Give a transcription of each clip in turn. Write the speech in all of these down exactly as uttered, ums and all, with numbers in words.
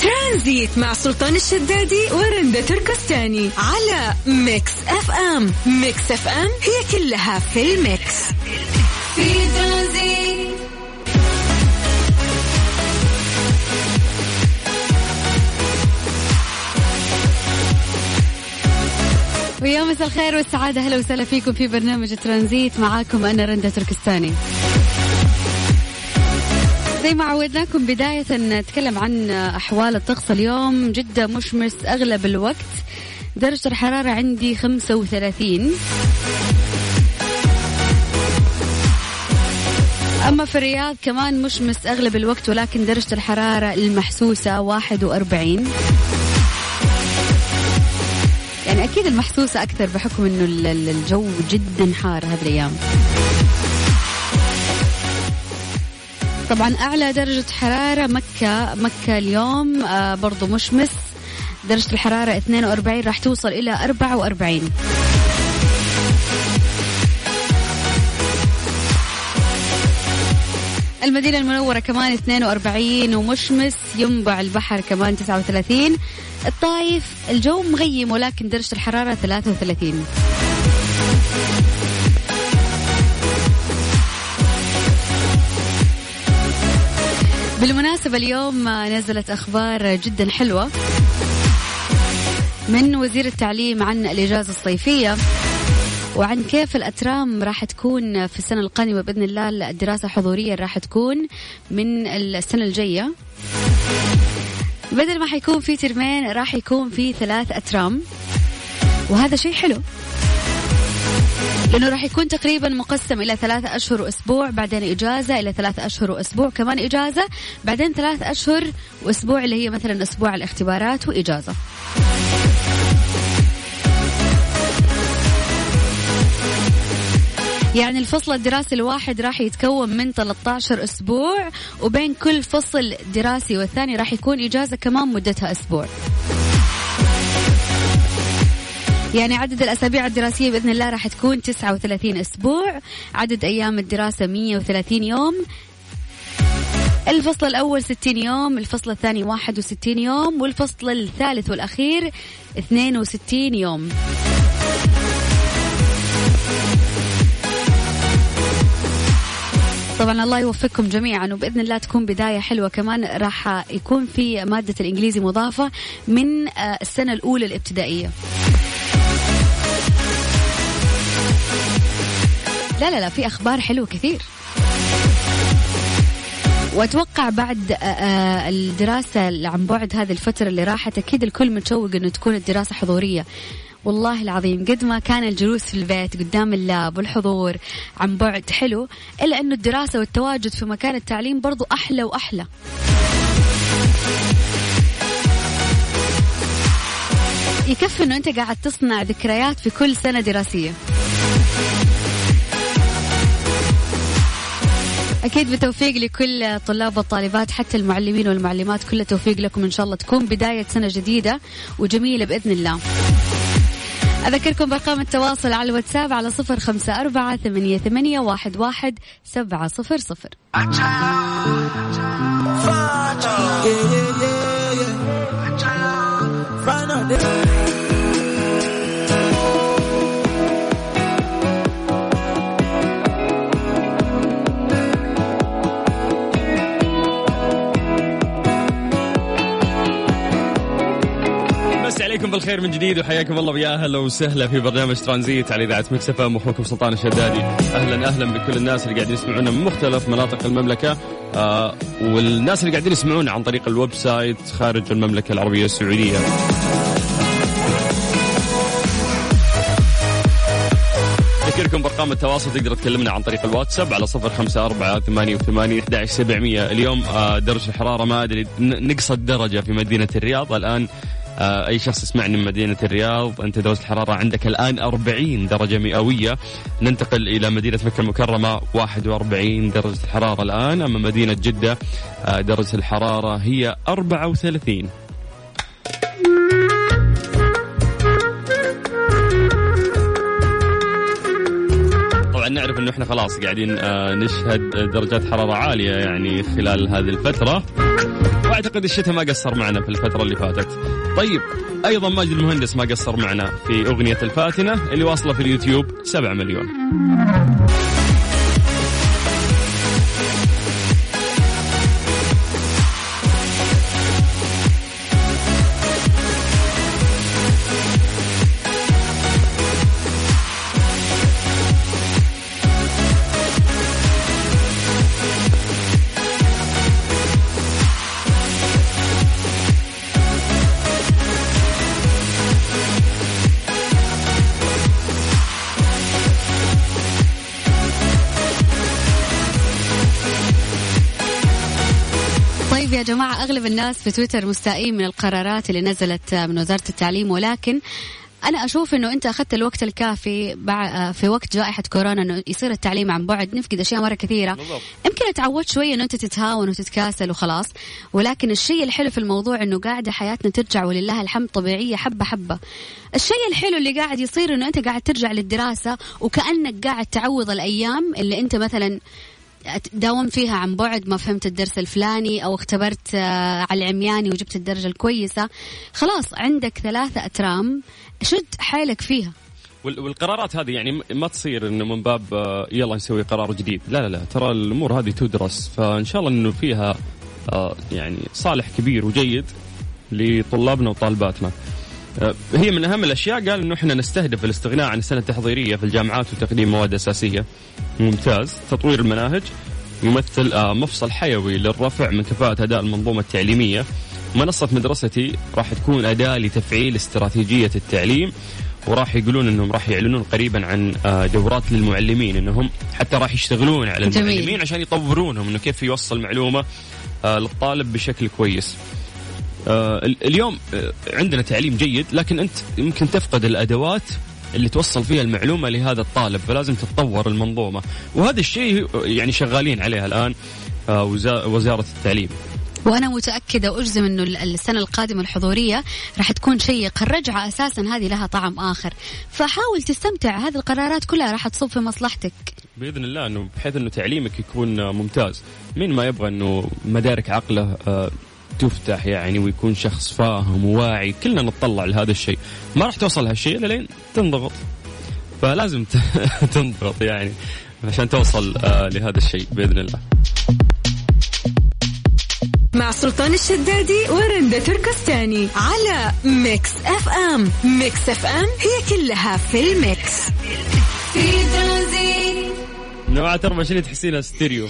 ترانزيت مع سلطان الشدادي ورندا تركستاني على ميكس اف ام. ميكس اف ام هي كلها في الميكس. في ترانزيت. ويا مساء الخير والسعادة، هلا وسهلا فيكم في برنامج ترانزيت، معاكم أنا رندا تركستاني. زي ما عودناكم بداية نتكلم عن أحوال الطقس. اليوم جدة مشمس أغلب الوقت، درجة الحرارة عندي خمسة وثلاثين. أما في الرياض كمان مشمس أغلب الوقت، ولكن درجة الحرارة المحسوسة واحد وأربعين. يعني أكيد المحسوسة أكثر بحكم أنه الجو جدا حار هذه الأيام. طبعا أعلى درجة حرارة مكة. مكة اليوم آه برضو مشمس، درجة الحرارة اثنين وأربعين، راح توصل إلى أربعة وأربعين. المدينة المنورة كمان اثنين وأربعين ومشمس، ينبع البحر كمان تسعة وثلاثين. الطايف الجو مغيم ولكن درجة الحرارة ثلاثة وثلاثين. بالمناسبة اليوم نزلت أخبار جدا حلوة من وزير التعليم عن الإجازة الصيفية، وعن كيف الأترام راح تكون في السنة القادمة بإذن الله. الدراسة حضورية راح تكون من السنة الجاية، بدل ما حيكون في ترمين راح يكون في ثلاث أترام، وهذا شيء حلو لأنه راح يكون تقريبا مقسم إلى ثلاثة أشهر وأسبوع، بعدين إجازة، إلى ثلاثة أشهر وأسبوع كمان إجازة، بعدين ثلاثة أشهر وأسبوع اللي هي مثلا أسبوع الاختبارات وإجازة. يعني الفصل الدراسي الواحد راح يتكون من ثلاثة عشر أسبوع، وبين كل فصل دراسي والثاني راح يكون إجازة كمان مدتها أسبوع. يعني عدد الأسابيع الدراسية بإذن الله راح تكون تسعة وثلاثين أسبوع، عدد أيام الدراسة مية وثلاثين يوم، الفصل الأول ستين يوم، الفصل الثاني واحد وستين يوم، والفصل الثالث والأخير اثنين وستين يوم. طبعا الله يوفقكم جميعا، وبإذن الله تكون بداية حلوة. كمان راح يكون في مادة الإنجليزي مضافة من السنة الأولى الابتدائية. لا لا لا في أخبار حلوة كثير، وأتوقع بعد الدراسة عن بعد هذه الفترة اللي راحت أكيد الكل متشوق أنه تكون الدراسة حضورية. والله العظيم قد ما كان الجلوس في البيت قدام اللاب والحضور عن بعد حلو، إلا أنه الدراسة والتواجد في مكان التعليم برضو أحلى وأحلى. يكفي أنه أنت قاعد تصنع ذكريات في كل سنة دراسية. أكيد بتوفيق لكل طلاب والطالبات، حتى المعلمين والمعلمات، كل توفيق لكم إن شاء الله، تكون بداية سنة جديدة وجميلة بإذن الله. أذكركم بأرقام التواصل على الواتساب على صفر خمسة أربعة ثمانية ثمانية واحد واحد سبعة صفر صفر. عليكم بالخير من جديد، وحياكم الله ويا أهلا وسهلا في برنامج ترانزيت على إذاعة ميكس اف ام، أخوكم سلطان الشدادي. أهلا أهلا بكل الناس اللي قاعدين يسمعونا من مختلف مناطق المملكة، آه والناس اللي قاعدين يسمعونا عن طريق الويب سايت خارج المملكة العربية السعودية. أذكركم بأرقام التواصل، تقدر تكلمنا عن طريق الواتساب على صفر خمسة أربعة ثمانية ثمانية أحد عشر سبعمية. اليوم آه درجة الحرارة ما أدري نقصت درجة في مدينة الرياض الآن. آه أي شخص يسمعني من مدينة الرياض، أنت درجة الحرارة عندك الآن أربعين درجة مئوية. ننتقل إلى مدينة مكة المكرمة، واحد وأربعين درجة الحرارة الآن. أما مدينة جدة آه درجة الحرارة هي أربعة وثلاثين. طبعا نعرف أنه إحنا خلاص قاعدين آه نشهد درجات حرارة عالية يعني خلال هذه الفترة، واعتقد الشتاء ما قصر معنا في الفترة اللي فاتت. طيب ايضا ماجد المهندس ما قصر معنا في اغنية الفاتنة اللي واصلة في اليوتيوب سبعة مليون. يا جماعة أغلب الناس في تويتر مستائين من القرارات اللي نزلت من وزارة التعليم، ولكن أنا أشوف أنه أنت أخذت الوقت الكافي في وقت جائحة كورونا أنه يصير التعليم عن بعد، نفقد أشياء مرة كثيرة. يمكن تعودت شوية أنه أنت تتهاون وتتكاسل وخلاص، ولكن الشيء الحلو في الموضوع أنه قاعدة حياتنا ترجع ولله الحمد طبيعية حبة حبة. الشيء الحلو اللي قاعد يصير أنه أنت قاعد ترجع للدراسة وكأنك قاعد تعوض الأيام اللي أنت مثلا داوم فيها عن بعد، ما فهمت الدرس الفلاني أو اختبرت على العمياني وجبت الدرجة الكويسة، خلاص عندك ثلاثة أترام شد حيلك فيها. والقرارات هذه يعني ما تصير إنه من باب يلا نسوي قرار جديد، لا لا لا، ترى الأمور هذه تدرس، فإن شاء الله إنه فيها يعني صالح كبير وجيد لطلابنا وطالباتنا. هي من أهم الأشياء قال إنه إحنا نستهدف الاستغناء عن السنة التحضيرية في الجامعات وتقديم مواد أساسية. ممتاز. تطوير المناهج يمثل مفصل حيوي للرفع من كفاءة أداء المنظومة التعليمية. منصة مدرستي راح تكون أداة لتفعيل استراتيجية التعليم، وراح يقولون إنهم راح يعلنون قريبا عن دورات للمعلمين، إنهم حتى راح يشتغلون على المعلمين جميل. عشان يطورونهم إنه كيف يوصل معلومة للطالب بشكل كويس. آه اليوم آه عندنا تعليم جيد، لكن أنت يمكن تفقد الأدوات اللي توصل فيها المعلومة لهذا الطالب، فلازم تتطور المنظومة، وهذا الشيء يعني شغالين عليها الآن آه وزارة التعليم. وأنا متأكدة وأجزم أنه السنة القادمة الحضورية راح تكون شيقة. الرجعة أساسا هذه لها طعم آخر، فحاول تستمتع، هذه القرارات كلها راح تصب في مصلحتك بإذن الله، أنه بحيث أنه تعليمك يكون ممتاز. مين ما يبغى أنه مدارك عقله آه تفتح يعني ويكون شخص فاهم وواعي، كلنا نتطلع لهذا الشيء. ما راح توصل هالشيء لين تنضغط، فلازم تنضغط يعني عشان توصل آه لهذا الشيء بإذن الله. مع سلطان الشدادي ورندا تركستاني على ميكس اف ام. ميكس اف ام هي كلها في الميكس. في ترانزيت نوعا ترى شنو تحسينها ستيريو.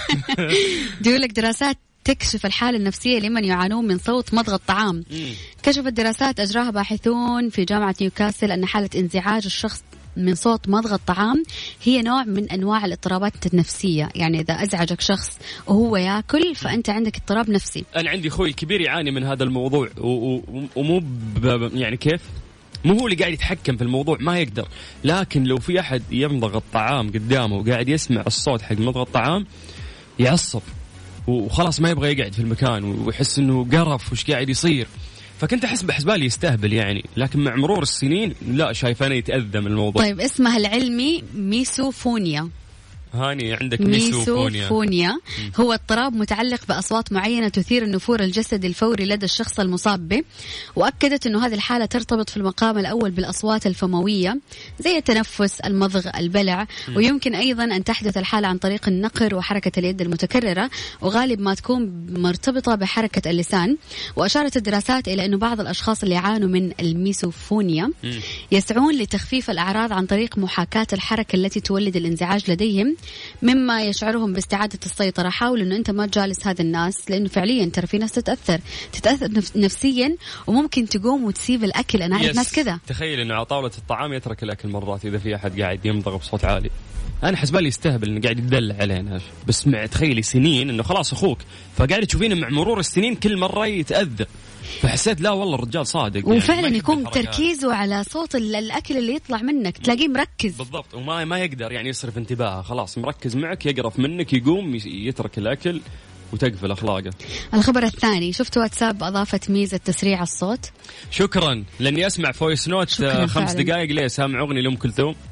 ديولك دراسات تكشف الحالة النفسية لمن يعانون من صوت مضغ الطعام. كشفت دراسات أجراها باحثون في جامعة نيوكاسل أن حالة انزعاج الشخص من صوت مضغ الطعام هي نوع من أنواع الاضطرابات النفسية. يعني إذا أزعجك شخص وهو يأكل فأنت عندك اضطراب نفسي. أنا عندي أخوي كبير يعاني من هذا الموضوع، ومو يعني كيف مو هو اللي قاعد يتحكم في الموضوع، ما يقدر، لكن لو في أحد يمضغ الطعام قدامه وقاعد يسمع الصوت حق مضغ الطعام يعصب وخلاص ما يبغى يقعد في المكان ويحس انه قرف وش قاعد يصير. فكنت احس بحسبالي يستهبل يعني، لكن مع مرور السنين لا، شايفاني يتأذى من الموضوع. طيب اسمها العلمي ميسوفونيا. هاني عندك ميسوفونيا. ميسوفونيا هو اضطراب متعلق بأصوات معينة تثير النفور الجسدي الفوري لدى الشخص المصاب به، وأكدت أنه هذه الحالة ترتبط في المقام الأول بالأصوات الفموية زي التنفس، المضغ، البلع، م. ويمكن أيضا أن تحدث الحالة عن طريق النقر وحركة اليد المتكررة، وغالب ما تكون مرتبطة بحركة اللسان. وأشارت الدراسات إلى أنه بعض الأشخاص اللي يعانوا من الميسوفونيا م. يسعون لتخفيف الأعراض عن طريق محاكاة الحركة التي تولد الانزعاج لديهم، مما يشعرهم باستعادة السيطرة. حاول أنه أنت ما تجالس هذا الناس، لأنه فعليا ترى في ناس تتأثر تتأثر نفسيا وممكن تقوم وتسيب الأكل. أنا أعرف ناس كذا. تخيل أنه على طاولة الطعام يترك الأكل مرات إذا في أحد قاعد يمضغ بصوت عالي. أنا حسبالي يستهبل إنه قاعد يدلع علينا، بس مع تخيلي سنين إنه خلاص أخوك، فقاعد تشوفينه مع مرور السنين كل مرة يتأذى، فحسيت لا والله الرجال صادق. وفعلا يعني يكون تركيزه على صوت الأكل اللي يطلع منك، تلاقيه مركز بالضبط، وما ما يقدر يعني يصرف انتباهه، خلاص مركز معك، يقرف منك، يقوم يترك الأكل وتقفل أخلاقه. الخبر الثاني، شفت واتساب أضافت ميزة تسريع الصوت. شكرا، لأني أسمع فويس نوت خمس دقائق ليه سامع أغنية لأم كلثوم.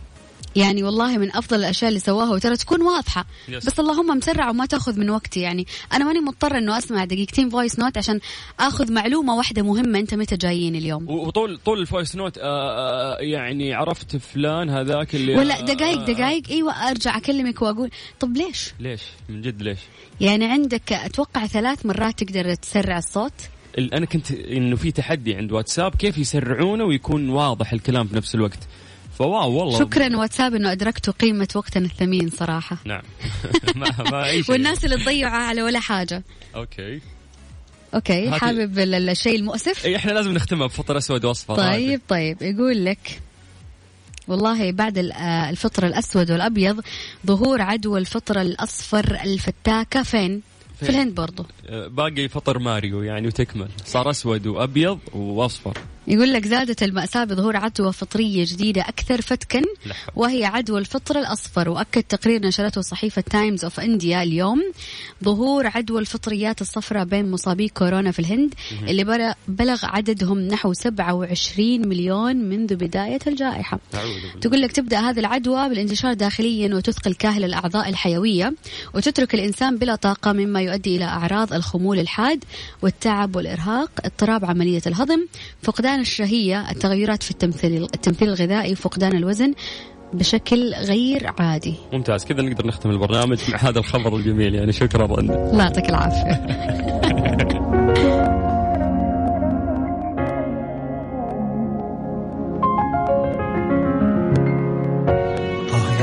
يعني والله من أفضل الأشياء اللي سواها، وترى تكون واضحة يس. بس اللهم مسرع وما تأخذ من وقتي. يعني أنا ماني مضطرة إنه أسمع دقيقتين فويس نوت عشان أخذ معلومة واحدة مهمة أنت متى جايين اليوم. وطول طول الفويس نوت آه يعني عرفت فلان هذاك اللي ولا دقايق دقايق أيوة أرجع أكلمك وأقول طب ليش ليش من جد ليش. يعني عندك أتوقع ثلاث مرات تقدر تسرع الصوت. أنا كنت إنه في تحدي عند واتساب كيف يسرعونه ويكون واضح الكلام في نفس الوقت. فواو والله شكرا واتساب انه ادركتوا قيمة وقتنا الثمين صراحة. نعم. ما ما أي شيء. والناس اللي تضيعوا على ولا حاجة. اوكي اوكي هاتي. حابب الشيء المؤسف؟ اي احنا لازم نختمها بفطر اسود واصفر. طيب هاتي. طيب يقول لك والله بعد الفطر الاسود والابيض ظهور عدوى الفطر الاصفر الفتاكة فين؟ في الهند برضو. باقي فطر ماريو يعني وتكمل صار أسود وأبيض وأصفر. يقول لك زادت المأساة بظهور عدوى فطرية جديدة أكثر فتكا وهي عدوى الفطر الأصفر. وأكد تقرير نشرته صحيفة تايمز أوف إنديا اليوم ظهور عدوى الفطريات الصفراء بين مصابي كورونا في الهند اللي بلغ عددهم نحو سبعة وعشرين مليون منذ بداية الجائحة. تقول لك تبدأ هذه العدوى بالانتشار داخليا وتثقل كاهل الأعضاء الحيوية وتترك الإنسان بلا طاقة مما يؤدي إلى أعراض الخمول الحاد والتعب والإرهاق، اضطراب عملية الهضم، فقدان الشهية، التغيرات في التمثيل التمثيل الغذائي، فقدان الوزن بشكل غير عادي. ممتاز كذا نقدر نختم البرنامج مع هذا الخبر الجميل يعني. شكرا رندا. الله يعطيك العافية.